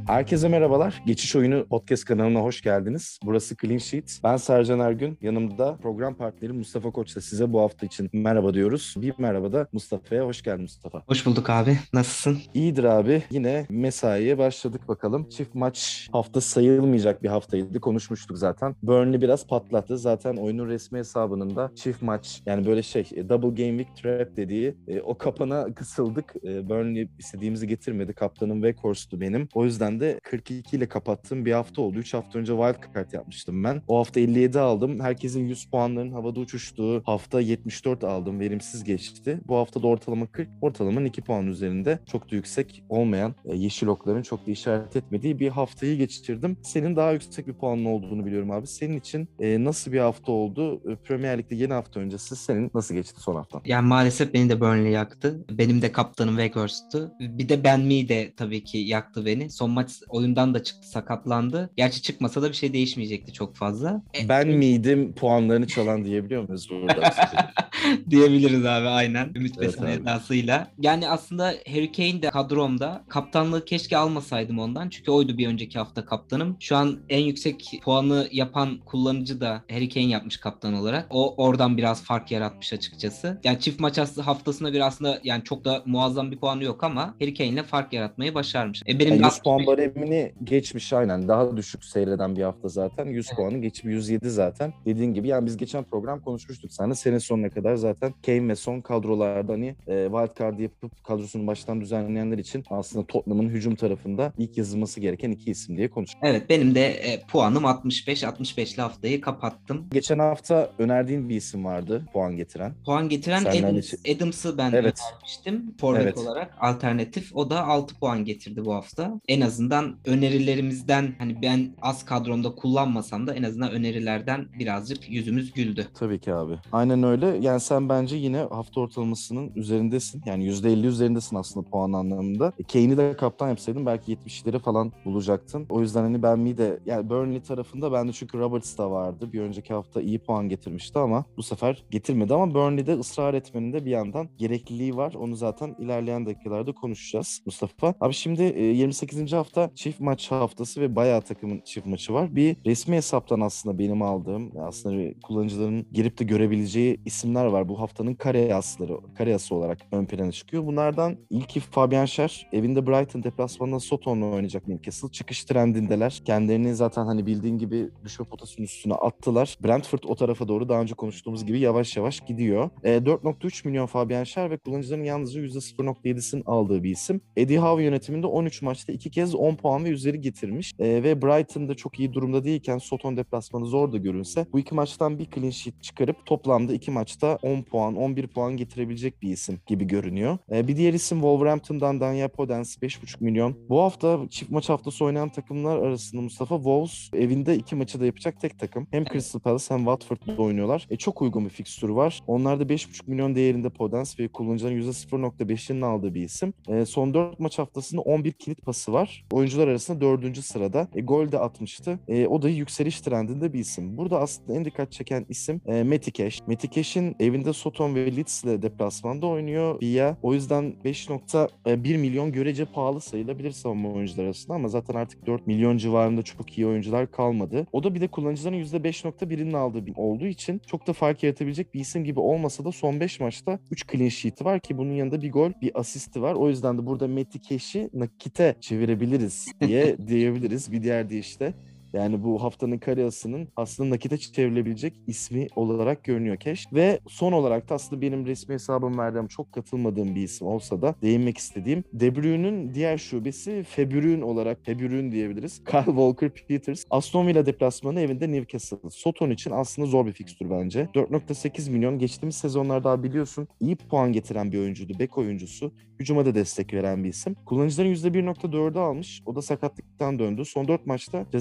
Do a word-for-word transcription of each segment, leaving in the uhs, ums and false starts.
Herkese merhabalar. Geçiş Oyunu Podcast kanalına hoş geldiniz. Burası Clean Sheet. Ben Sercan Ergün. Yanımda program partneri Mustafa Koç'la size bu hafta için merhaba diyoruz. Bir merhaba da Mustafa'ya. Hoş geldin Mustafa. Hoş bulduk abi. Nasılsın? İyidir abi. Yine mesaiye başladık bakalım. Çift maç hafta sayılmayacak bir haftaydı. Konuşmuştuk zaten. Burnley biraz patlattı. Zaten oyunun resmi hesabının da çift maç yani böyle şey double game week trap dediği e, o kapana kısıldık. E, Burnley istediğimizi getirmedi. Kaptanım Weghorst'tu benim. O yüzden de kırk iki ile kapattığım bir hafta oldu. üç hafta önce wildcard yapmıştım ben. O hafta elli yedi aldım. Herkesin yüz puanların havada uçuştuğu hafta yetmiş dört aldım. Verimsiz geçti. Bu hafta da ortalama kırk. Ortalamanın iki puan üzerinde. Çok da yüksek olmayan, e, yeşil okların çok da işaret etmediği bir haftayı geçirdim. Senin daha yüksek bir puanın olduğunu biliyorum abi. Senin için e, nasıl bir hafta oldu? E, Premier Lig'de yeni hafta öncesi senin nasıl geçti son haftan? Yani maalesef beni de Burnley yaktı. Benim de kaptanım Weghorst'tu. Bir de Ben Mee de tabii ki yaktı beni. Son maç oyundan da çıktı, sakatlandı. Gerçi çıkmasa da bir şey değişmeyecekti çok fazla. E, Ben miydim puanlarını çalan diyebiliyor muyuz burada? diyebiliriz abi, aynen. Ümit Evet Besan abi. edasıyla. Yani aslında Harry Kane de kadromda. Kaptanlığı keşke almasaydım ondan. Çünkü oydu bir önceki hafta kaptanım. Şu an en yüksek puanı yapan kullanıcı da Harry Kane yapmış kaptan olarak. O oradan biraz fark yaratmış açıkçası. Yani çift maç haftasına göre aslında yani çok da muazzam bir puanı yok ama Harry Kane'le fark yaratmayı başarmış. E benim Yani de yüz altmış puan beş. baremini geçmiş aynen. Daha düşük seyreden bir hafta zaten. yüz puanı geçip yüz yedi zaten. Dediğin gibi yani biz geçen program konuşmuştuk seninle. Sene sonuna kadar zaten Kane ve Son kadrolarda hani e, wildcard yapıp kadrosunu baştan düzenleyenler için aslında Tottenham'ın hücum tarafında ilk yazılması gereken iki isim diye konuştuk. Evet, benim de e, puanım altmış beş. altmış beşli haftayı kapattım. Geçen hafta önerdiğin bir isim vardı puan getiren. Puan getiren Senle hani... Adams, Adams'ı ben Evet, önermiştim. Forvet evet. olarak alternatif. O da altı puan getirdi bu hafta. En azından önerilerimizden, hani ben az kadromda kullanmasam da en azından önerilerden birazcık yüzümüz güldü. Tabii ki abi. Aynen öyle. Yani sen bence yine hafta ortalamasının üzerindesin. Yani yüzde elli üzerindesin aslında puan anlamında. E, Kane'i de kaptan yapsaydın belki yetmişleri falan bulacaktın. O yüzden hani ben mi de yani Burnley tarafında bende çünkü Roberts da vardı. Bir önceki hafta iyi puan getirmişti ama bu sefer getirmedi. Ama Burnley'de ısrar etmenin de bir yandan gerekliliği var. Onu zaten ilerleyen dakikalarda konuşacağız Mustafa. Abi şimdi e, yirmi sekizinci hafta çift maç haftası ve bayağı takımın çift maçı var. Bir resmi hesaptan aslında benim aldığım aslında kullanıcıların girip de görebileceği isimler var. Bu haftanın kare asları, kare ası olarak ön plana çıkıyor. Bunlardan ilki Fabian Schär. Evinde Brighton deplasmanında Soton'la oynayacak Newcastle. Çıkış trendindeler. Kendilerini zaten hani bildiğin gibi düşme potasının üstüne attılar. Brentford o tarafa doğru daha önce konuştuğumuz gibi yavaş yavaş gidiyor. E, dört nokta üç milyon Fabian Schär ve kullanıcıların yalnızca yüzde sıfır nokta yedisini aldığı bir isim. Eddie Howe yönetiminde on üç maçta iki kez on puan ve üzeri getirmiş. E, ve Brighton'da çok iyi durumda değilken Soton deplasmanı zor da görünse bu iki maçtan bir clean sheet çıkarıp toplamda iki maçta on puan, on bir puan getirebilecek bir isim gibi görünüyor. Ee, bir diğer isim Wolverhampton'dan Daniel Podence beş buçuk milyon. Bu hafta çift maç haftası oynayan takımlar arasında Mustafa Wolves evinde iki maçı da yapacak tek takım. Hem Crystal Palace hem Watford'da oynuyorlar. E, çok uygun bir fikstürü var. Onlarda beş buçuk milyon değerinde Podence ve kullanıcıların yüzde sıfır nokta beşini aldığı bir isim. E, son dört maç haftasında on bir kilit pası var. Oyuncular arasında dördüncü sırada. E, gol de atmıştı. E, o da yükseliş trendinde bir isim. Burada aslında en dikkat çeken isim e, Matty Cash. Matty Cash'in evinde Soton ve Leeds ile deplasmanda oynuyor Villa. O yüzden beş nokta bir milyon görece pahalı sayılabilir savunma oyuncular arasında ama zaten artık dört milyon civarında çok iyi oyuncular kalmadı. O da bir de kullanıcıların yüzde beş nokta birinin aldığı bir olduğu için çok da fark yaratabilecek bir isim gibi olmasa da son beş maçta üç clean sheet'i var ki bunun yanında bir gol, bir asisti var. O yüzden de burada Matty Cash'i nakite çevirebiliriz diye diyebiliriz. Bir diğer deyişle. Yani bu haftanın kariyasının aslında nakite çevrilebilecek ismi olarak görünüyor Cash. Ve son olarak da aslında benim resmi hesabım verdiğim çok katılmadığım bir isim olsa da değinmek istediğim De Bruyne'nin diğer şubesi Februün olarak Februün diyebiliriz. Kyle Walker-Peters. Aston Villa deplasmanı evinde Newcastle. Soton için aslında zor bir fikstür bence. dört nokta sekiz milyon geçtiğimiz sezonlarda biliyorsun iyi puan getiren bir oyuncuydu. Bek oyuncusu. Hücuma da destek veren bir isim. Kullanıcıların yüzde bir nokta dördü almış. O da sakatlıktan döndü. Son dört maçta ceza sahası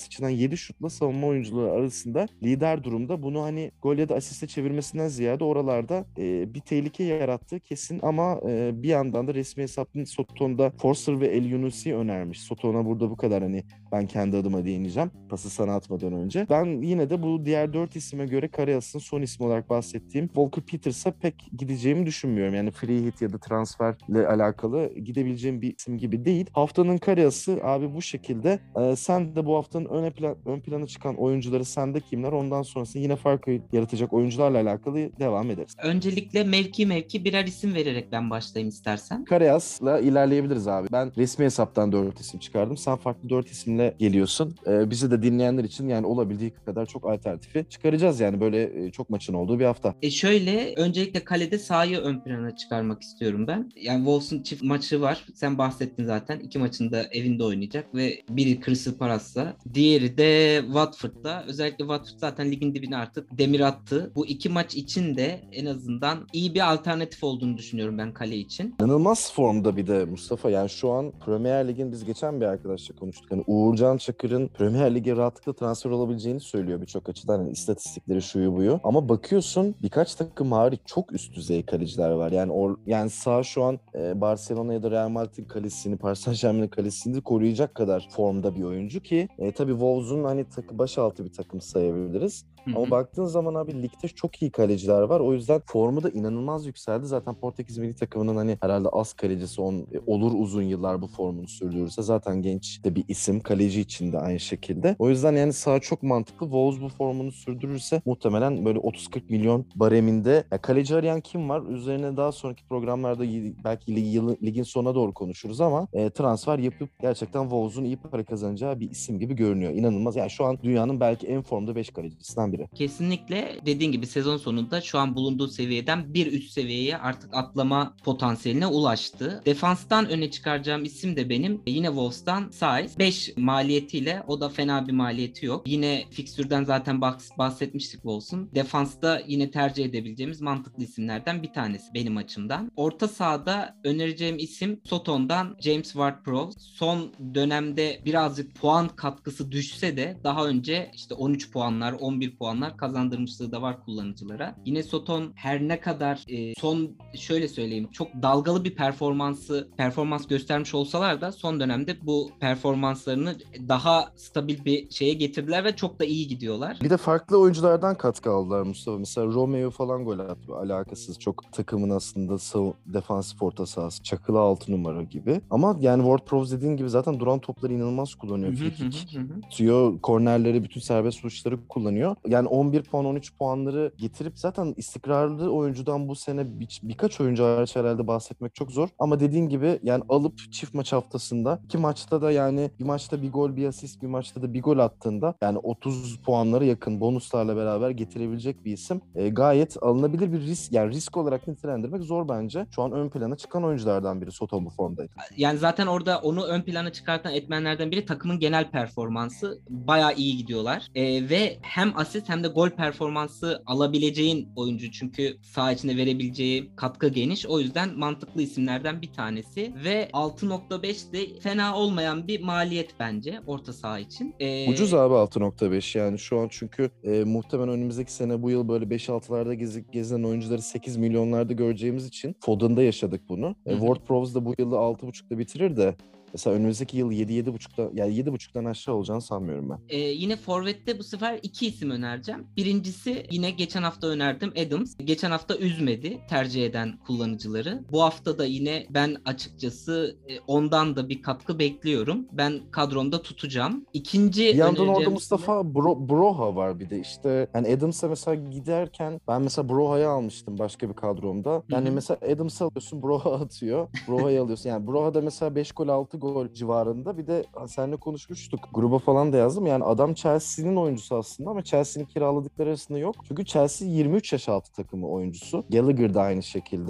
Doncic'den yedi şutla savunma oyuncuları arasında lider durumda. Bunu hani gol ya da asiste çevirmesinden ziyade oralarda e, bir tehlike yarattığı kesin ama e, bir yandan da resmi hesabın Soton'da Forster ve El Yunusi önermiş. Soton'a burada bu kadar hani ben kendi adıma değineceğim. Pası sana atmadan önce. Ben yine de bu diğer dört isime göre Karayas'ın son ismi olarak bahsettiğim Walker Peters'a pek gideceğimi düşünmüyorum. Yani free hit ya da transferle alakalı gidebileceğim bir isim gibi değil. Haftanın Karayas'ı abi bu şekilde. Ee, sen de bu haftanın ön, plan, ön plana çıkan oyuncuları sende kimler? Ondan sonrasında yine fark yaratacak oyuncularla alakalı devam ederiz. Öncelikle mevki mevki birer isim vererek ben başlayayım istersen. Karayas'la ilerleyebiliriz abi. Ben resmi hesaptan dört isim çıkardım. Sen farklı dört isimle geliyorsun. Ee, bizi de dinleyenler için yani olabildiği kadar çok alternatifi çıkaracağız yani böyle e, çok maçın olduğu bir hafta. E şöyle, öncelikle kalede sahayı ön plana çıkarmak istiyorum ben. Yani Wolves'un çift maçı var. Sen bahsettin zaten. İki maçında evinde oynayacak ve biri Crystal Palace'la, diğeri de Watford'la. Özellikle Watford zaten ligin dibine artık demir attı. Bu iki maç için de en azından iyi bir alternatif olduğunu düşünüyorum ben kale için. İnanılmaz formda bir de Mustafa. Yani şu an Premier Lig'in biz geçen bir arkadaşla konuştuk. Hani Uğurcan Çakır'ın Premier Lig'e rahatlıkla transfer olabileceğini söylüyor birçok açıdan. Hani istatistikleri şuyu buyu. Ama bakıyorsun birkaç takım hariç çok üst düzey kaleciler var. Yani or, yani sağ şu an e, Barcelona ya da Real Madrid'in kalesini, Paris Saint-Germain'in kalesini koruyacak kadar formda bir oyuncu ki e, tabii Wolves'un hani takı, başaltı bir takım sayabiliriz. Hı hı. Ama baktığın zaman abi ligde çok iyi kaleciler var. O yüzden formu da inanılmaz yükseldi. Zaten Portekiz milli takımının hani herhalde az kalecisi on, olur uzun yıllar bu formunu sürdürürse zaten genç de bir isim. Kaleci için de aynı şekilde. O yüzden yani sağ çok mantıklı. Wolves bu formunu sürdürürse muhtemelen böyle otuz kırk milyon bareminde. Ya kaleci arayan kim var? Üzerine daha sonraki programlarda belki lig, ligin sonuna doğru konuşuruz ama e, transfer yapıp gerçekten Wolves'un iyi para kazanacağı bir isim gibi görünüyor. İnanılmaz. Yani şu an dünyanın belki en formda beş kalecisinden biri. Kesinlikle dediğin gibi sezon sonunda şu an bulunduğu seviyeden bir üst seviyeye artık atlama potansiyeline ulaştı. Defanstan öne çıkaracağım isim de benim. Yine Wolves'tan Saiz. beş maliyetiyle, o da fena bir maliyeti yok. Yine fikstürden zaten bahsetmiştik Wolves'un. Defansta yine tercih edebileceğimiz mantıklı isimlerden bir tanesi benim açımdan. Orta sahada önereceğim isim Soton'dan James Ward-Prowse. Son dönemde birazcık puan katkısı düşse de daha önce işte on üç puanlar, on bir puanlar kazandırmışlığı da var kullanıcılara. Yine Soton her ne kadar e, son şöyle söyleyeyim çok dalgalı bir performansı performans göstermiş olsalar da son dönemde bu performanslarını daha stabil bir şeye getirdiler ve çok da iyi gidiyorlar. Bir de farklı oyunculardan katkı aldılar Mustafa. Mesela Romeo falan gol attı. Alakasız çok takımın aslında sağ, defansif orta sahası. Çakılı altı numara gibi. Ama yani Ward-Prowse dediğin gibi zaten duran topları inanılmaz kullanıyor. Frikik tutuyor. Kornerleri, bütün serbest vuruşları kullanıyor. Yani on bir puan, on üç puanları getirip zaten istikrarlı oyuncudan bu sene bir, birkaç oyuncu hariç herhalde bahsetmek çok zor. Ama dediğin gibi yani alıp çift maç haftasında iki maçta da yani bir maçta bir gol, bir asist, bir maçta da bir gol attığında yani otuz puanlara yakın bonuslarla beraber getirebilecek bir isim. E, gayet alınabilir bir risk. Yani risk olarak nitelendirmek zor bence. Şu an ön plana çıkan oyunculardan biri Soton bu formdaydı. Yani zaten orada onu ön plana çıkartan etmenlerden biri takımın genel performansı. Bayağı iyi gidiyorlar. E, ve hem asist hem de gol performansı alabileceğin oyuncu. Çünkü saha içinde verebileceği katkı geniş. O yüzden mantıklı isimlerden bir tanesi. Ve altı nokta beş de fena olmayan bir maliyet bence orta saha için. E, Ucuz abi altı nokta beş yani şu an çünkü e, muhtemelen önümüzdeki sene bu yıl böyle beş altılarda gezip gezen oyuncuları sekiz milyonlarda göreceğimiz için Foden'da yaşadık bunu. E, Ward-Prowse da bu yılı altı buçukta bitirir de mesela önümüzdeki yıl yedi yedi buçukta yani yedi buçuktan aşağı olacağını sanmıyorum ben. Ee, yine forvette bu sefer iki isim önereceğim. Birincisi yine geçen hafta önerdim Adams. Geçen hafta üzmedi tercih eden kullanıcıları. Bu hafta da yine ben açıkçası ondan da bir katkı bekliyorum. Ben kadromda tutacağım. İkinci bir yandan orada önereceğim Mustafa isimler... Bro, Broha var bir de işte yani Adams'a mesela giderken ben mesela Broha'yı almıştım başka bir kadromda. Yani Hı hı. mesela Adams'ı alıyorsun Broha atıyor. Broha'yı alıyorsun. Yani Broha da mesela beş gol altı gol civarında. Bir de seninle konuşmuştuk. Gruba falan da yazdım. Yani adam Chelsea'nin oyuncusu aslında ama Chelsea'nin kiraladıkları arasında yok. Çünkü Chelsea yirmi üç yaş altı takımı oyuncusu. Gallagher da aynı şekilde.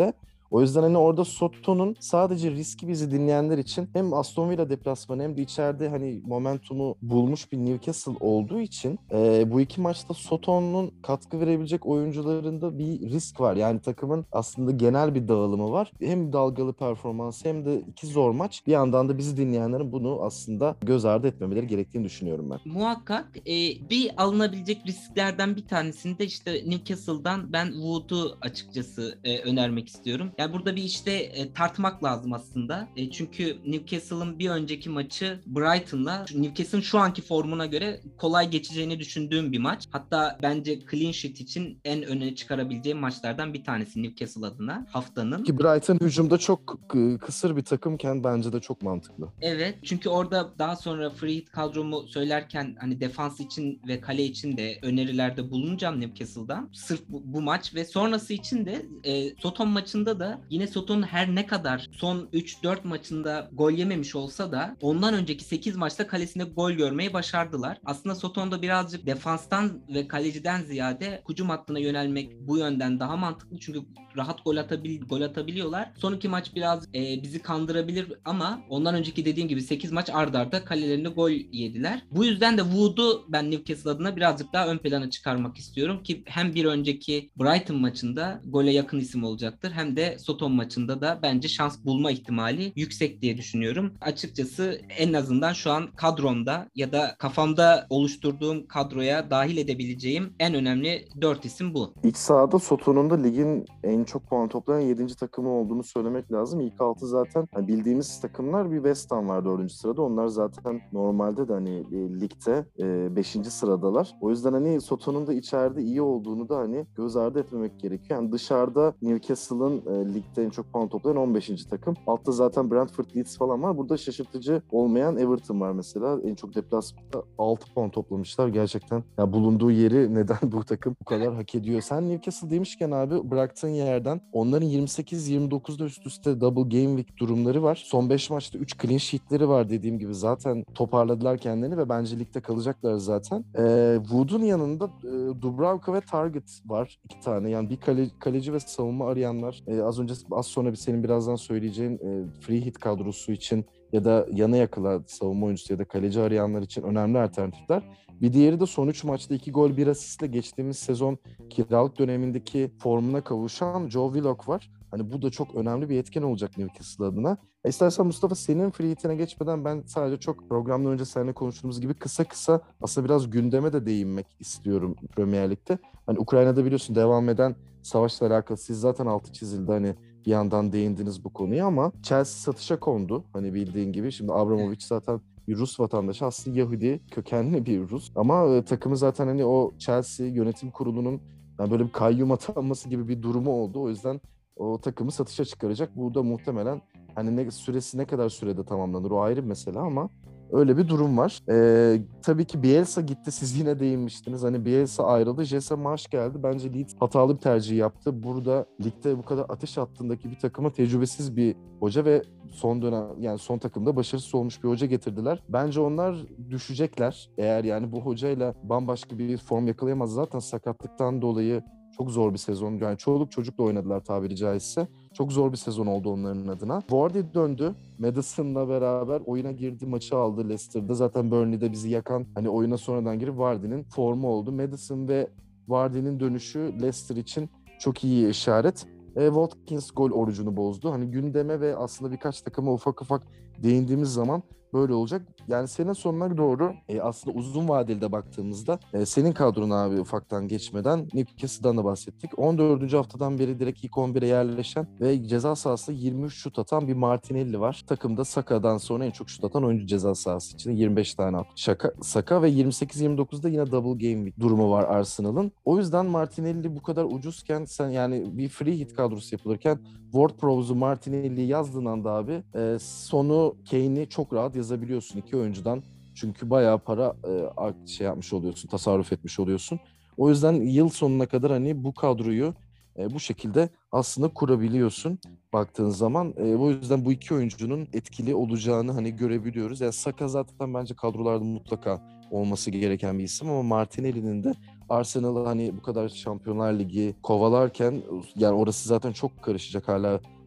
O yüzden hani orada Soto'nun sadece riski bizi dinleyenler için hem Aston Villa deplasmanı hem de içeride hani momentumu bulmuş bir Newcastle olduğu için e, bu iki maçta Soto'nun katkı verebilecek oyuncularında bir risk var. Yani takımın aslında genel bir dağılımı var. Hem dalgalı performans hem de iki zor maç. Bir yandan da bizi dinleyenlerin bunu aslında göz ardı etmemeleri gerektiğini düşünüyorum ben. Muhakkak e, bir alınabilecek risklerden bir tanesini de işte Newcastle'dan ben Wood'u açıkçası e, önermek istiyorum. Yani burada bir işte e, tartmak lazım aslında. E, çünkü Newcastle'ın bir önceki maçı Brighton'la Newcastle'ın şu anki formuna göre kolay geçeceğini düşündüğüm bir maç. Hatta bence clean sheet için en öne çıkarabileceğim maçlardan bir tanesi Newcastle adına haftanın. Ki Brighton hücumda çok k- kısır bir takımken bence de çok mantıklı. Evet, çünkü orada daha sonra free hit kadromu söylerken hani defans için ve kale için de önerilerde bulunacağım Newcastle'dan. Sırf bu, bu maç ve sonrası için de e, Soton maçında da yine Soton her ne kadar son üç dört maçında gol yememiş olsa da ondan önceki sekiz maçta kalesinde gol görmeyi başardılar. Aslında Soton'da birazcık defanstan ve kaleciden ziyade hücum hattına yönelmek bu yönden daha mantıklı. Çünkü rahat gol atabil gol atabiliyorlar. Son iki maç biraz e, bizi kandırabilir ama ondan önceki dediğim gibi sekiz maç arda arda kalelerinde gol yediler. Bu yüzden de Wood'u ben Newcastle adına birazcık daha ön plana çıkarmak istiyorum ki hem bir önceki Brighton maçında gole yakın isim olacaktır hem de Soton maçında da bence şans bulma ihtimali yüksek diye düşünüyorum. Açıkçası en azından şu an kadromda ya da kafamda oluşturduğum kadroya dahil edebileceğim en önemli dört isim bu. İç sahada Soto'nun da ligin en çok puan toplayan yedinci takımı olduğunu söylemek lazım. İlk altı zaten hani bildiğimiz takımlar, bir West Ham var dördüncü sırada. Onlar zaten normalde de hani e, ligde e, beşinci sıradalar. O yüzden hani Soto'nun da içeride iyi olduğunu da hani göz ardı etmemek gerekiyor. Yani dışarıda Newcastle'ın e, ligde en çok puan toplayan on beşinci takım. Altta zaten Brentford, Leeds falan var. Burada şaşırtıcı olmayan Everton var mesela. En çok deplasmanda altı puan toplamışlar. Gerçekten ya bulunduğu yeri neden bu takım bu kadar hak ediyor? Sen Newcastle demişken abi, bıraktığın yerden onların yirmi sekiz yirmi dokuzda üst üste double game week durumları var. Son beş maçta üç clean sheet'leri var dediğim gibi. Zaten toparladılar kendilerini ve bence ligde kalacaklar zaten. Ee, Wood'un yanında e, Dubravka ve Target var. iki tane. Yani bir kale, kaleci ve savunma arayanlar. Ee, az önce az sonra bir senin birazdan söyleyeceğin e, free hit kadrosu için ya da yana yakıla savunma oyuncusu ya da kaleci arayanlar için önemli alternatifler. Bir diğeri de son üç maçta iki gol bir asistle geçtiğimiz sezon kiralık dönemindeki formuna kavuşan Joe Willock var. Hani bu da çok önemli bir etken olacak Newcastle adına. E istersen Mustafa, senin free hit'ine geçmeden ben sadece çok programdan önce seninle konuştuğumuz gibi kısa kısa aslında biraz gündeme de değinmek istiyorum Premier Lig'de. Hani Ukrayna'da biliyorsun devam eden savaşla alakalı siz zaten altı çizildi, hani bir yandan değindiniz bu konuya ama Chelsea satışa kondu. Hani bildiğin gibi şimdi Abramovich zaten bir Rus vatandaşı, aslında Yahudi kökenli bir Rus ama e, takımı zaten hani o Chelsea yönetim kurulunun yani böyle bir kayyum atanması gibi bir durumu oldu. O yüzden o takımı satışa çıkaracak. Bu da muhtemelen hani ne süresi ne kadar sürede tamamlanır o ayrı bir mesele ama öyle bir durum var. Ee, tabii ki Bielsa gitti. Siz yine değinmiştiniz. Hani Bielsa ayrıldı. Jesse Marsch geldi. Bence Leeds hatalı bir tercih yaptı. Burada ligde bu kadar ateş hattındaki bir takıma tecrübesiz bir hoca ve son dönem yani son takımda başarısız olmuş bir hoca getirdiler. Bence onlar düşecekler. Eğer yani bu hocayla bambaşka bir form yakalayamaz. Zaten sakatlıktan dolayı çok zor bir sezon. Yani çoluk çocukla oynadılar tabiri caizse. Çok zor bir sezon oldu onların adına. Vardy döndü. Maddison'la beraber oyuna girdi, maçı aldı Leicester'da. Zaten Burnley'de bizi yakan hani oyuna sonradan girip Vardy'nin formu oldu. Maddison ve Vardy'nin dönüşü Leicester için çok iyi işaret. E, Watkins gol orucunu bozdu. Hani gündeme ve aslında birkaç takıma ufak ufak değindiğimiz zaman böyle olacak. Yani sene sonuna doğru e, aslında uzun vadeli de baktığımızda e, senin kadron abi ufaktan geçmeden Newcastle'dan da bahsettik. on dördüncü haftadan beri direkt ilk on bire yerleşen ve ceza sahasında yirmi üç şut atan bir Martinelli var. Takımda Saka'dan sonra en çok şut atan oyuncu ceza sahası içinde yirmi beş tane attı. Şaka, Saka ve yirmi sekiz yirmi dokuzda yine double game week durumu var Arsenal'ın. O yüzden Martinelli bu kadar ucuzken sen yani bir free hit kadrosu yapılırken Ward-Prowse'u Martinelli'yi yazdığın anda abi e, sonu Kane'i çok rahat yazabiliyorsun iki oyuncudan. Çünkü bayağı para e, şey yapmış oluyorsun, tasarruf etmiş oluyorsun. O yüzden yıl sonuna kadar hani bu kadroyu e, bu şekilde aslında kurabiliyorsun baktığın zaman. E, o yüzden bu iki oyuncunun etkili olacağını hani görebiliyoruz. Yani Saka zaten bence kadrolarda mutlaka olması gereken bir isim ama Martinelli'nin de Arsenal'ı hani bu kadar Şampiyonlar Ligi kovalarken yani orası zaten çok karışacak, hala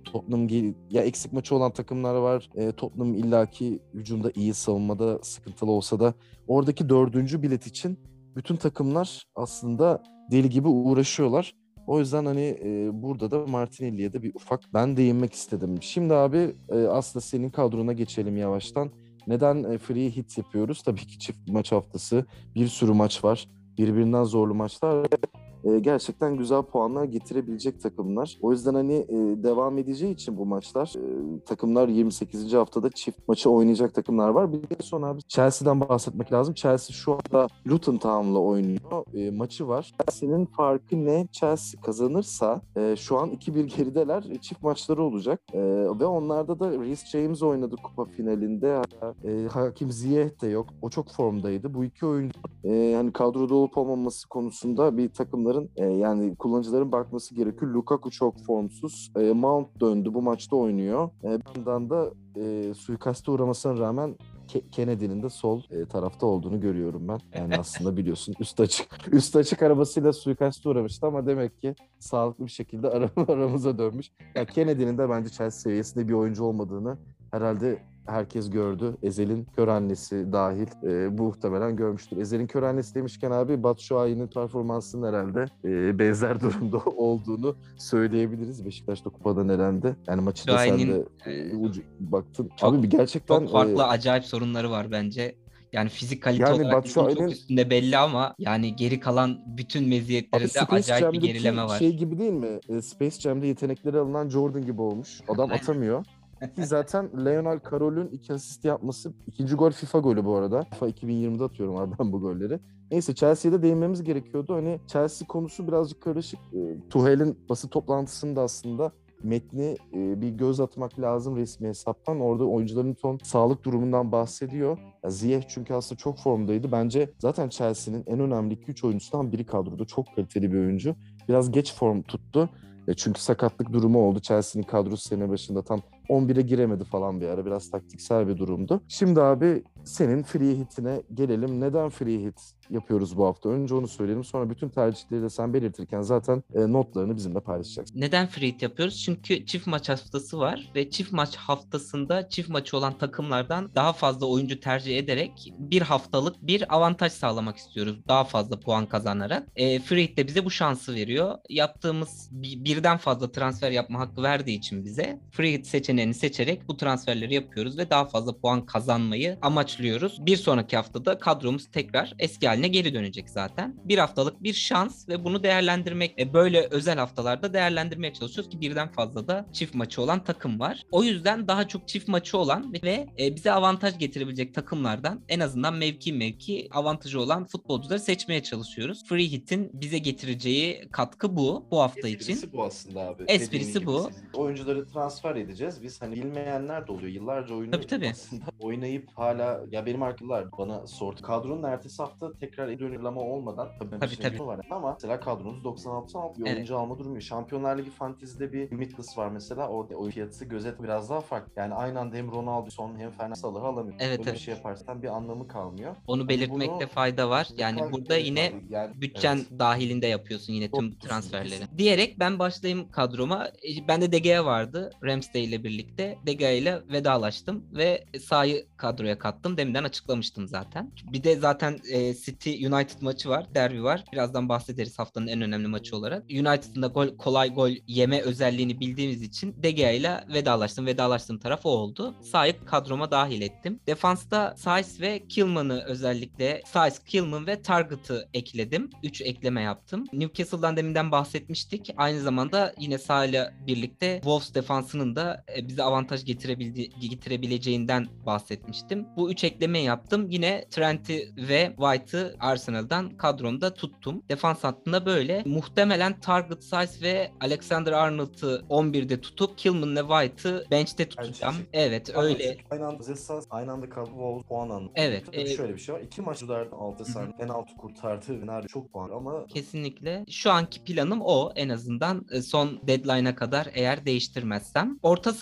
Tottenham gel- ya eksik maçı olan takımlar var. E, Tottenham illaki hücumda iyi, savunmada sıkıntılı olsa da oradaki dördüncü bilet için bütün takımlar aslında deli gibi uğraşıyorlar. O yüzden hani e, burada da Martinelli'ye de bir ufak ben değinmek istedim. Şimdi abi e, aslında senin kadrona geçelim yavaştan. Neden e, free hit yapıyoruz? Tabii ki çift maç haftası. Bir sürü maç var. Birbirinden zorlu maçlar. E, gerçekten güzel puanlar getirebilecek takımlar. O yüzden hani e, devam edeceği için bu maçlar e, takımlar yirmi sekizinci haftada çift maçı oynayacak takımlar var. Bir de sonra abi Chelsea'den bahsetmek lazım. Chelsea şu anda Luton Town'la oynuyor. E, maçı var. Chelsea'nin farkı ne? Chelsea kazanırsa e, şu an iki bir gerideler. E, çift maçları olacak. E, ve onlarda da Reece James oynadı kupa finalinde. E, Hakim Ziyech de yok. O çok formdaydı. Bu iki oyuncu e, hani kadroda olup olmaması konusunda bir takımların e, yani kullanıcıların bakması gerekiyor. Lukaku çok formsuz. E, Mount döndü. Bu maçta oynuyor. E, bir yandan da e, suikaste uğramasına rağmen Ke- Kennedy'nin de sol e, tarafta olduğunu görüyorum ben. Yani aslında biliyorsun üst açık üst açık arabasıyla suikaste uğramıştı ama demek ki sağlıklı bir şekilde aram- aramıza dönmüş. Yani Kennedy'nin de bence Chelsea seviyesinde bir oyuncu olmadığını herhalde herkes gördü. Ezel'in kör annesi dahil e, bu muhtemelen görmüştür. Ezel'in kör annesi demişken abi Batshuayi'nin performansının herhalde e, benzer durumda olduğunu söyleyebiliriz. Beşiktaş'ta kupadan elendi. Yani maçı da sen Şahin'in de e, ucu, baktın. çok Abi bir gerçekten çok farklı e, acayip sorunları var bence. Yani fizik kalite yani olarak ligin çok Batshuayi'nin üstünde belli ama yani geri kalan bütün abi meziyetlerinde Space acayip bir Jam'deki gerileme şey var. gibi değil mi? E, Space Jam'de yetenekleri alınan Jordan gibi olmuş. Adam Aynen. atamıyor. Ki zaten Leonel Carroll'ün iki asist yapması, ikinci gol FIFA golü bu arada. FIFA iki bin yirmide atıyorum abi ben bu golleri. Neyse Chelsea'ye de değinmemiz gerekiyordu. Hani Chelsea konusu birazcık karışık. E, Tuchel'in basın toplantısında aslında metni e, bir göz atmak lazım resmi hesaptan. Orada oyuncuların son sağlık durumundan bahsediyor. Ya Ziyech çünkü aslında çok formdaydı. Bence zaten Chelsea'nin en önemli iki üç oyuncusundan biri kadroda. Çok kaliteli bir oyuncu. Biraz geç form tuttu. E, çünkü sakatlık durumu oldu. Chelsea'nin kadrosu sene başında tam on bire giremedi falan bir ara. Biraz taktiksel bir durumdu. Şimdi abi senin free hit'ine gelelim. Neden free hit yapıyoruz bu hafta? Önce onu söyleyelim. Sonra bütün tercihleri de sen belirtirken zaten e, notlarını bizimle paylaşacaksın. Neden free hit yapıyoruz? Çünkü çift maç haftası var ve çift maç haftasında çift maçı olan takımlardan daha fazla oyuncu tercih ederek bir haftalık bir avantaj sağlamak istiyoruz. Daha fazla puan kazanarak. E, free hit de bize bu şansı veriyor. Yaptığımız bir, birden fazla transfer yapma hakkı verdiği için bize free hit seçeneğini seçerek bu transferleri yapıyoruz ve daha fazla puan kazanmayı amaçlıyoruz. Bir sonraki haftada kadromuz tekrar eski haline geri dönecek zaten. Bir haftalık bir şans ve bunu değerlendirmek, e, böyle özel haftalarda değerlendirmeye çalışıyoruz ki birden fazla da çift maçı olan takım var. O yüzden daha çok çift maçı olan ve e, bize avantaj getirebilecek takımlardan en azından mevki mevki avantajı olan futbolcuları seçmeye çalışıyoruz. Free Hit'in bize getireceği katkı bu bu hafta için. Esprisi bu aslında abi. Esprisi Dediğin gibi bu. siz oyuncuları transfer edeceğiz. Biz hani bilmeyenler de oluyor. Yıllarca oyunu Tabii, tabii. aslında oynayıp hala ya benim arkadaşlar bana sordu. Kadronun ertesi hafta tekrar dönüleme olmadan tabii, Tabii, tabii. tabii. var ama mesela kadronuz doksan altı altı bir Evet. oyuncu alma durumu. Şampiyonlar Ligi Fantezi'de bir Limitless var mesela. Orada o fiyatı gözet biraz daha farklı. Yani aynı anda hem Ronaldo son hem Fernando Salah'ı alamıyor. Evet, Böyle evet. bir şey yaparsan bir anlamı kalmıyor. Onu Hani belirtmekte bunu fayda var. Yani mutlaka burada gerek var. yine Yani bütçen evet. dahilinde yapıyorsun yine tüm Çok transferleri. kesin. Diyerek ben başlayayım kadroma. E, Bende De Gea vardı Ramsdale ile birlikte. De Gea ile vedalaştım ve sahayı kadroya kattım. Deminden açıklamıştım zaten. Bir de zaten e, City United maçı var, derbi var. Birazdan bahsederiz haftanın en önemli maçı olarak. United'ın da gol, kolay gol yeme özelliğini bildiğimiz için De Gea ile vedalaştım. Vedalaştığım taraf o oldu. Sahayı kadroma dahil ettim. Defansta Saiz ve Kilman'ı özellikle Saiz, Kilman ve Target'ı ekledim. üç ekleme yaptım. Newcastle'dan deminden bahsetmiştik. Aynı zamanda yine sahayla birlikte Wolves defansının da e, bize avantaj getirebildi, getirebileceğinden bahsetmiştim. Bu üç ekleme yaptım. Yine Trent'i ve White'ı Arsenal'dan kadromda tuttum. Defans hattında böyle. Muhtemelen Target, Saiz ve Alexander Arnold'u on birde tutup Kilman ve White'ı bench'te tutacağım. Evet, öyle. Aynı anda Zesas aynı anda kaldı Wolves puan anlamında. Evet, Tabii e- şöyle bir şey var. İki maçlarda altı Hı hı. saniye penaltı kurtardı. Fener çok puan ama Kesinlikle. Şu anki planım o en azından e, son deadline'a kadar eğer değiştirmezsem. Orta saha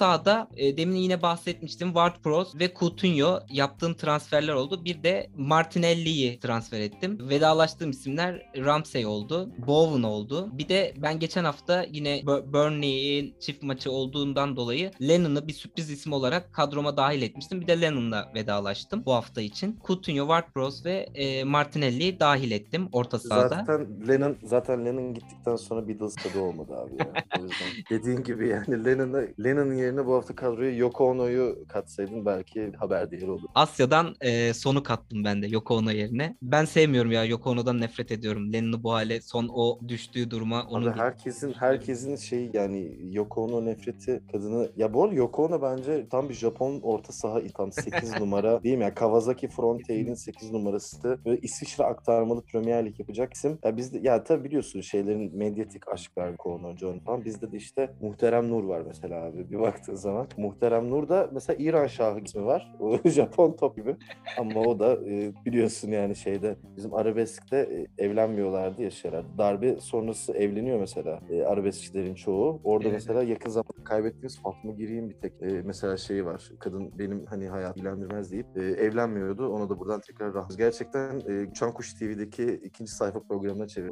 sahada e, demin yine bahsetmiştim. Ward-Prowse ve Coutinho yaptığım transferler oldu. Bir de Martinelli'yi transfer ettim. Vedalaştığım isimler Ramsey oldu. Bowen oldu. Bir de ben geçen hafta yine Burnley'in çift maçı olduğundan dolayı Lennon'ı bir sürpriz isim olarak kadroma dahil etmiştim. Bir de Lennon'la vedalaştım bu hafta için. Coutinho, Ward-Prowse ve e, Martinelli'yi dahil ettim orta sahada. Zaten Lennon zaten Lennon gittikten sonra Beatles tadı olmadı abi ya. O yüzden dediğin gibi yani Lennon'ı Lennon'ın yerine bu hafta kadroya Yoko Ono'yu katsaydın belki haber değeri olur. Asya'dan e, sonu kattım ben de Yoko Ono yerine. Ben sevmiyorum ya, Yoko Ono'dan nefret ediyorum. Lennon'ı bu hale, son o düştüğü duruma onun Abi herkesin herkesin şeyi yani Yoko Ono nefreti kadını. Ya bu arada Yoko Ono bence tam bir Japon orta saha, tam sekiz numara değil mi? Yani Kawasaki Frontier'in sekiz numarası. Böyle İsviçre aktarmalı Premier Lig yapacak isim. Ya bizde ya tabii biliyorsun şeylerin medyatik aşklar Yoko Ono, John falan. Bizde de işte Muhterem Nur var mesela abi bir baktığın zaman. Muhterem Nur da mesela İran Şahı ismi var. O Japon top gibi. Ama o da e, biliyorsun yani şeyde bizim arabeskte e, evlenmiyorlardı ya şeyler. Darbe sonrası evleniyor mesela e, arabeskçilerin çoğu. Orada Evet. mesela yakın zamanda kaybettiğimiz Fatma Giri'nin bir tek e, mesela şeyi var. Kadın benim hani hayat ilgilendirmez deyip e, evlenmiyordu. Ona da buradan tekrar rahmet. Gerçekten e, Uçan Kuş T V'deki ikinci sayfa programına çevirdim.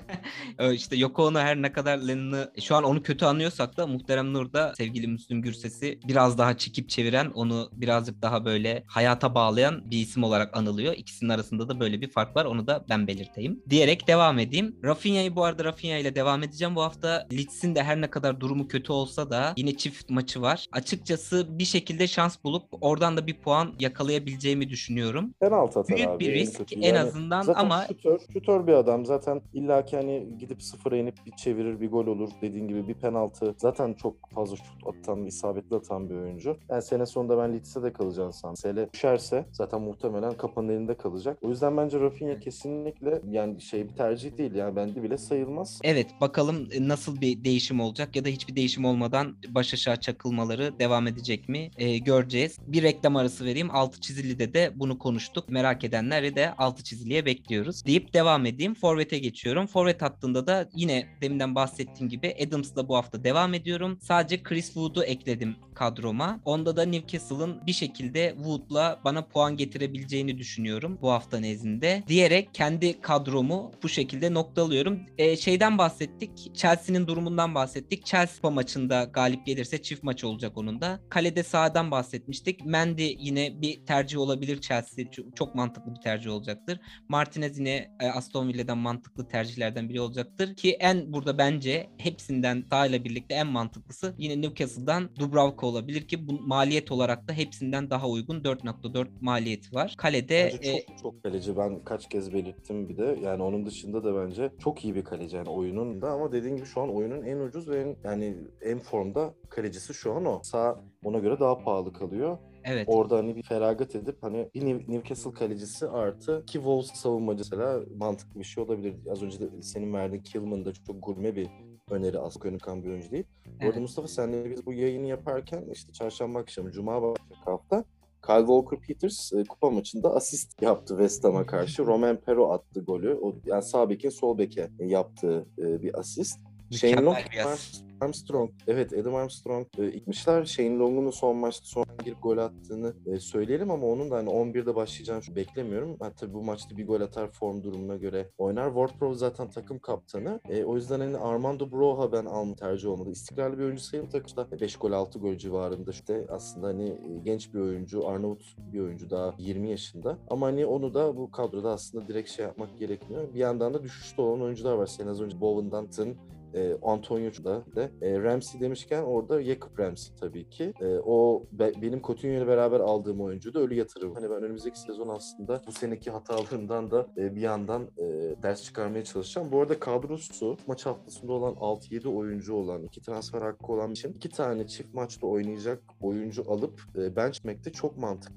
İşte Yoko Ono her ne kadar Lennon'ı şu an onu kötü anlıyorsak da Muhterem Nur'da sevgili Müslüm Gürses'i biraz daha çekip çeviren, onu birazcık daha böyle hayata bağlayan bir isim olarak anılıyor. İkisinin arasında da böyle bir fark var. Onu da ben belirteyim. Diyerek devam edeyim. Rafinha'yı bu arada Rafinha ile devam edeceğim. Bu hafta Leeds'in de her ne kadar durumu kötü olsa da yine çift maçı var. Açıkçası bir şekilde şans bulup oradan da bir puan yakalayabileceğimi düşünüyorum. Penaltı atar Büyük abi bir en risk kötü. en Yani azından zaten ama şutör, şutör bir adam. Zaten illaki hani gidip sıfıra inip bir çevirir, bir gol olur. Dediğin gibi bir penaltı. Zaten çok fazla şut atan, isabetli atan bir oyuncu. Yani sene sonunda ben Leeds'e de kalacağını sanırım. Sele düşerse zaten muhtemelen Kapı'nın elinde kalacak. O yüzden bence Rafinha kesinlikle yani şey bir tercih değil. Yani bende bile sayılmaz. evet, bakalım nasıl bir değişim olacak ya da hiçbir değişim olmadan baş aşağı çakılmaları devam edecek mi Ee, göreceğiz. Bir reklam arası vereyim. Altı çizilide de bunu konuştuk. Merak edenleri de altı çiziliye bekliyoruz deyip devam edeyim. Forvet'e geçiyorum. Forvet hattında da yine deminden bahsettiğim gibi Adams'la bu hafta devam ediyorum. Sadece Chris Wood'u ekledim kadroma. Onda da Newcastle'ın bir şekilde Wood'la bana puan getirebileceğini düşünüyorum bu hafta nezdinde. Diyerek kendi kadromu bu şekilde noktalıyorum. Ee, şeyden bahsettik. Chelsea'nin durumundan bahsettik. Chelsea maçında galip gelirse çift maç olacak onun da. Kalede sağdan bahsetmiştik. Mendy yine bir tercih olabilir Chelsea. Çok, çok mantıklı bir tercih olacaktır. Martinez yine e, Aston Villa'dan mantıklı tercihlerden biri olacaktır. Ki en burada bence hepsinden sağıyla birlikte en mantıklısı yine Newcastle'dan Dubravka olabilir ki bu maliyet olarak da hepsinden daha uygun dört nokta dört maliyeti var. Kalede Bence çok e, çok kaleci. Ben kaç kez belirttim bir de. Yani onun dışında da bence çok iyi bir kaleci yani oyunun da, ama dediğin gibi şu an oyunun en ucuz ve en, yani en formda kalecisi şu an o. Sağ ona göre daha pahalı kalıyor. evet. Orada hani bir feragat edip hani bir New- Newcastle kalecisi artı ki Wolves savunmacı mesela mantıklı bir şey olabilir. Az önce de senin verdiğin Kilman da çok gurme bir öneri, aslında önükan bir oyuncu değil. Bu arada Evet. Mustafa, senle biz bu yayını yaparken işte çarşamba akşamı, cuma başlayacak hafta Kyle Walker-Peters e, kupa maçında asist yaptı West Ham'a karşı. Romain Perrault attı golü. O, yani sağ bekin sol beke yaptığı e, bir asist. Shane Long, Mükemmel bir asist. Armstrong, evet Adam Armstrong e, gitmişler. Shane Long'un son maçta son girip gol attığını e, söyleyelim ama onun da hani on birde başlayacağını şu beklemiyorum. Ben tabii bu maçta bir gol atar, form durumuna göre oynar. Ward-Prowse zaten takım kaptanı. E, o yüzden hani Armando Broja ben alma tercih olmadı. İstikrarlı bir oyuncu sayılır takımda. beş gol altı gol civarında. İşte aslında hani e, genç bir oyuncu, Arnavut bir oyuncu, daha yirmi yaşında. Ama hani onu da bu kadroda aslında direkt şey yapmak gerekmiyor. Bir yandan da düşüşte olan oyuncular var. Sen az önce Bowen'dan Tın, E, Antonio'da da e, Ramsey demişken orada Jacob Ramsey tabii ki. E, o be, benim Coutinho ile beraber aldığım oyuncu da ölü yatırım. Hani ben önümüzdeki sezon aslında bu seneki hatalarımdan da e, bir yandan e, ders çıkarmaya çalışacağım. Bu arada kadrosu maç haftasında olan altı yedi oyuncu olan, iki transfer hakkı olan için iki tane çift maçta oynayacak oyuncu alıp e, benchmark'te çok mantıklı.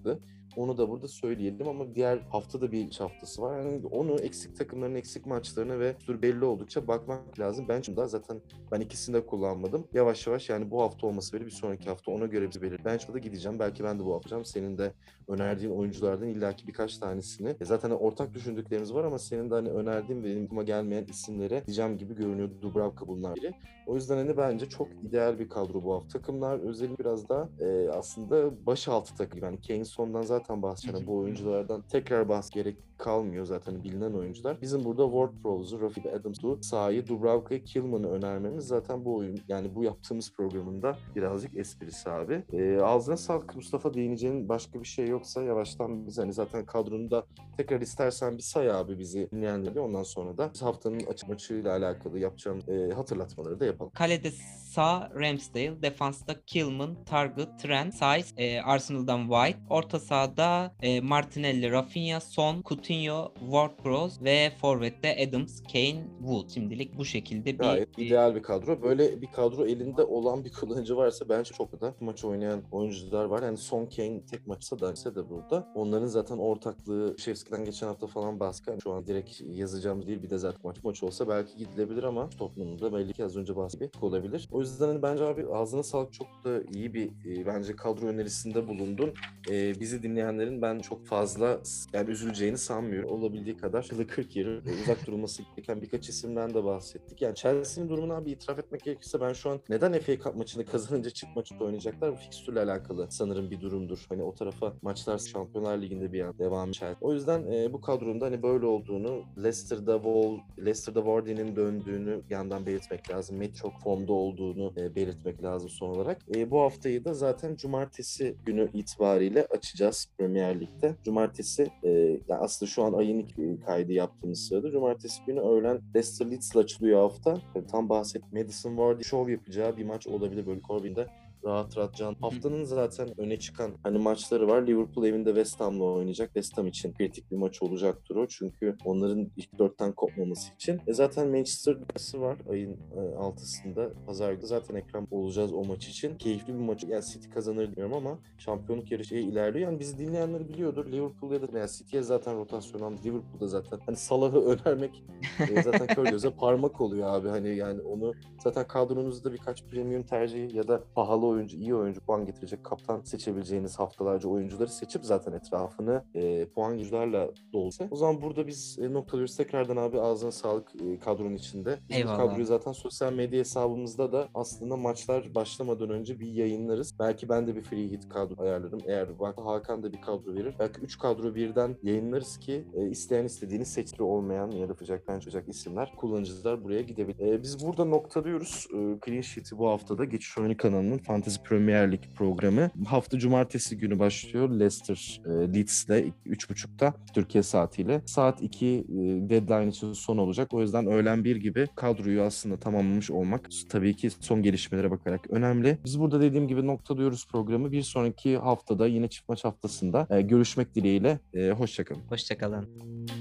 Onu da burada söyleyelim ama diğer haftada bir iç haftası var. Yani onu eksik takımların eksik maçlarına ve tür belli oldukça bakmak lazım. Ben şimdi zaten ben ikisini de kullanmadım. Yavaş yavaş yani bu hafta olması böyle bir sonraki hafta ona göre bizi belirli. Ben da gideceğim. Belki ben de bu yapacağım. Senin de önerdiğin oyunculardan illaki birkaç tanesini. E zaten ortak düşündüklerimiz var ama senin de hani önerdiğin ve benim aklıma gelmeyen isimlere diyeceğim gibi görünüyor. Dubravka bunlar biri. O yüzden hani bence çok ideal bir kadro bu hafta. Takımlar özellikle biraz da e, aslında başaltı takım. Yani Kane sondan zaten bahsedeceğim. Bu oyunculardan tekrar bahs gerek kalmıyor zaten bilinen oyuncular. Bizim burada Ward-Prowse'u, Rafi Adams'u, Saha'yı, Dubravka'yı, Kilman'ı önermemiz zaten bu oyun yani bu yaptığımız programında birazcık esprisi abi. E, ağzına sağlık Mustafa, değineceğin başka bir şey yoksa yavaştan biz hani zaten kadronu da tekrar istersen bir say abi bizi dinleyenleri, ondan sonra da biz haftanın açık maçıyla alakalı yapacağım e, hatırlatmaları da yapalım. Kalede sağ Ramsdale, defansta Kilman, Target, Trent, Saiz, e, Arsenal'dan White, orta sahada e, Martinelli, Rafinha, Son, Coutinho, Ward-Prowse ve forvette Adams, Kane, Wood. Şimdilik bu şekilde bir Gayet ideal bir kadro. Böyle bir kadro elinde olan bir kullanıcı varsa bence çok da maç oynayan oyuncular var. Yani Son, Kane tek maçsa da ise de burada. Onların zaten ortaklığı Şevski'den geçen hafta falan bahsettik. Şu an direkt yazacağım değil, bir de zaten maç maç olsa belki gidilebilir ama Tottenham'ın da belli ki az önce bahsettiğim olabilir. O yüzden hani bence abi ağzına sağlık, çok da iyi bir e, bence kadro önerisinde bulundun. E, bizi dinleyenlerin ben çok fazla yani üzüleceğini sanmıyorum. Olabildiği kadar yılı kırk yeri uzak durulması gereken birkaç isimden de bahsettik. Yani Chelsea'nin durumunu abi itiraf etmek gerekirse ben şu an neden F A Cup maçını kazanınca çift maçta oynayacaklar? Bu fikstürle alakalı sanırım bir durumdur. Hani o tarafa maçlar Şampiyonlar Ligi'nde bir an devam edecek. O yüzden e, bu kadronun da hani böyle olduğunu, Leicester'da Wall, Leicester'da Vardy'nin döndüğünü yandan belirtmek lazım. Matt çok formda olduğunu e, belirtmek lazım son olarak. E, bu haftayı da zaten cumartesi günü itibariyle açacağız Premier Lig'de. Cumartesi e, yani aslında şu an ayın ilk kaydı yaptığımız sırada cumartesi günü öğlen Leicester Leeds'le açılıyor hafta. Yani tam bahset Madison Vardy show yapacağı bir maç olabilir böyle Corbyn'de. Rahat rahat can. Haftanın zaten öne çıkan hani maçları var. Liverpool evinde West Ham'la oynayacak. West Ham için kritik bir maç olacaktır o. Çünkü onların ilk dörtten kopmaması için. E zaten Manchester Derby'si var ayın e, altısında. Pazar günü zaten ekran olacağız o maç için. Keyifli bir maç. Yani City kazanır diyorum ama şampiyonluk yarışı ilerliyor. Yani bizi dinleyenler biliyordur. Liverpool ya da yani City'ye zaten rotasyon aldı. Liverpool'da zaten hani Salah'ı önermek e, zaten kör göze parmak oluyor abi. Hani yani onu zaten kadronuzda birkaç premium tercihi ya da pahalı oyuncu, iyi oyuncu, puan getirecek kaptan seçebileceğiniz haftalarca oyuncuları seçip zaten etrafını e, puan yüzlerle dolsa. O zaman burada biz e, noktalıyoruz. Tekrardan abi ağzına sağlık e, kadronun içinde. Biz Eyvallah. bu kadroyu zaten sosyal medya hesabımızda da aslında maçlar başlamadan önce bir yayınlarız. Belki ben de bir free hit kadro ayarlarım. Eğer bak Hakan da bir kadro verir. Belki üç kadro birden yayınlarız ki e, isteyen istediğini seçti olmayan ya da yapacaktan çıkacak isimler, kullanıcılar buraya gidebilir. E, biz burada noktalıyoruz. E, Clean Sheet'i bu haftada Geçiş Oyunu kanalının Fantasy Premier Lig programı. Hafta cumartesi günü başlıyor. Leicester e, Leeds'le üç buçukta Türkiye saatiyle. Saat iki e, deadline için son olacak. O yüzden öğlen bir gibi kadroyu aslında tamamlamış olmak tabii ki son gelişmelere bakarak önemli. Biz burada dediğim gibi noktalıyoruz programı. Bir sonraki haftada yine çift maç haftasında e, görüşmek dileğiyle. E, hoşça kalın. Hoşçakalın.